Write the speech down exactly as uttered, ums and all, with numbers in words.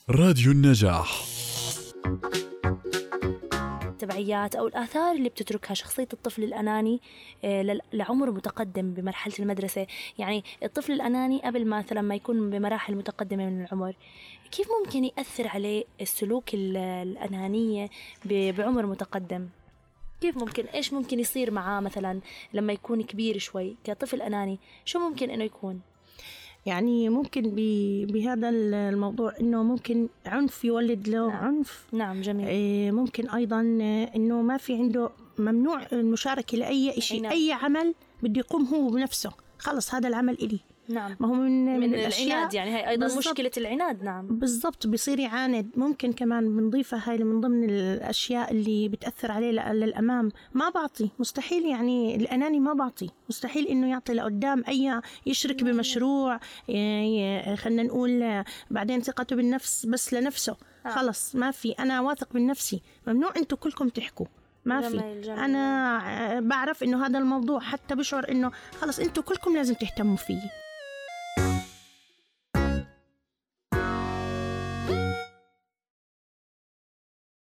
راديو النجاح. التبعيات أو الآثار اللي بتتركها شخصية الطفل الأناني لعمر متقدم بمرحلة المدرسة. يعني الطفل الأناني قبل مثلا ما يكون بمراحل متقدمة من العمر، كيف ممكن يأثر عليه السلوك الأنانية بعمر متقدم؟ كيف ممكن إيش ممكن يصير معاه مثلا لما يكون كبير شوي كطفل أناني؟ شو ممكن إنه يكون؟ يعني ممكن بهذا الموضوع إنه ممكن عنف يولد له نعم. عنف. نعم جميل. ممكن أيضا إنه ما في عنده ممنوع المشاركة لأي شيء. نعم. أي عمل بده يقوم هو بنفسه، خلص هذا العمل إلي. نعم. ما هو من, من, من العناد، يعني هاي أيضا بالزبط. مشكلة العناد. نعم بالضبط، بيصير يعاند. ممكن كمان بنضيفها هاي من ضمن الأشياء اللي بتأثر عليه للأمام. ما بعطي، مستحيل، يعني الأناني ما بعطي، مستحيل إنه يعطي لقدام أي يشرك بمشروع، خلنا نقول بعدين ثقته بالنفس بس لنفسه. خلص ما في، أنا واثق من نفسي، ممنوع أنتوا كلكم تحكوا، ما في. جميل جميل. أنا بعرف إنه هذا الموضوع حتى بشعر إنه خلص أنتوا كلكم لازم تهتموا فيه.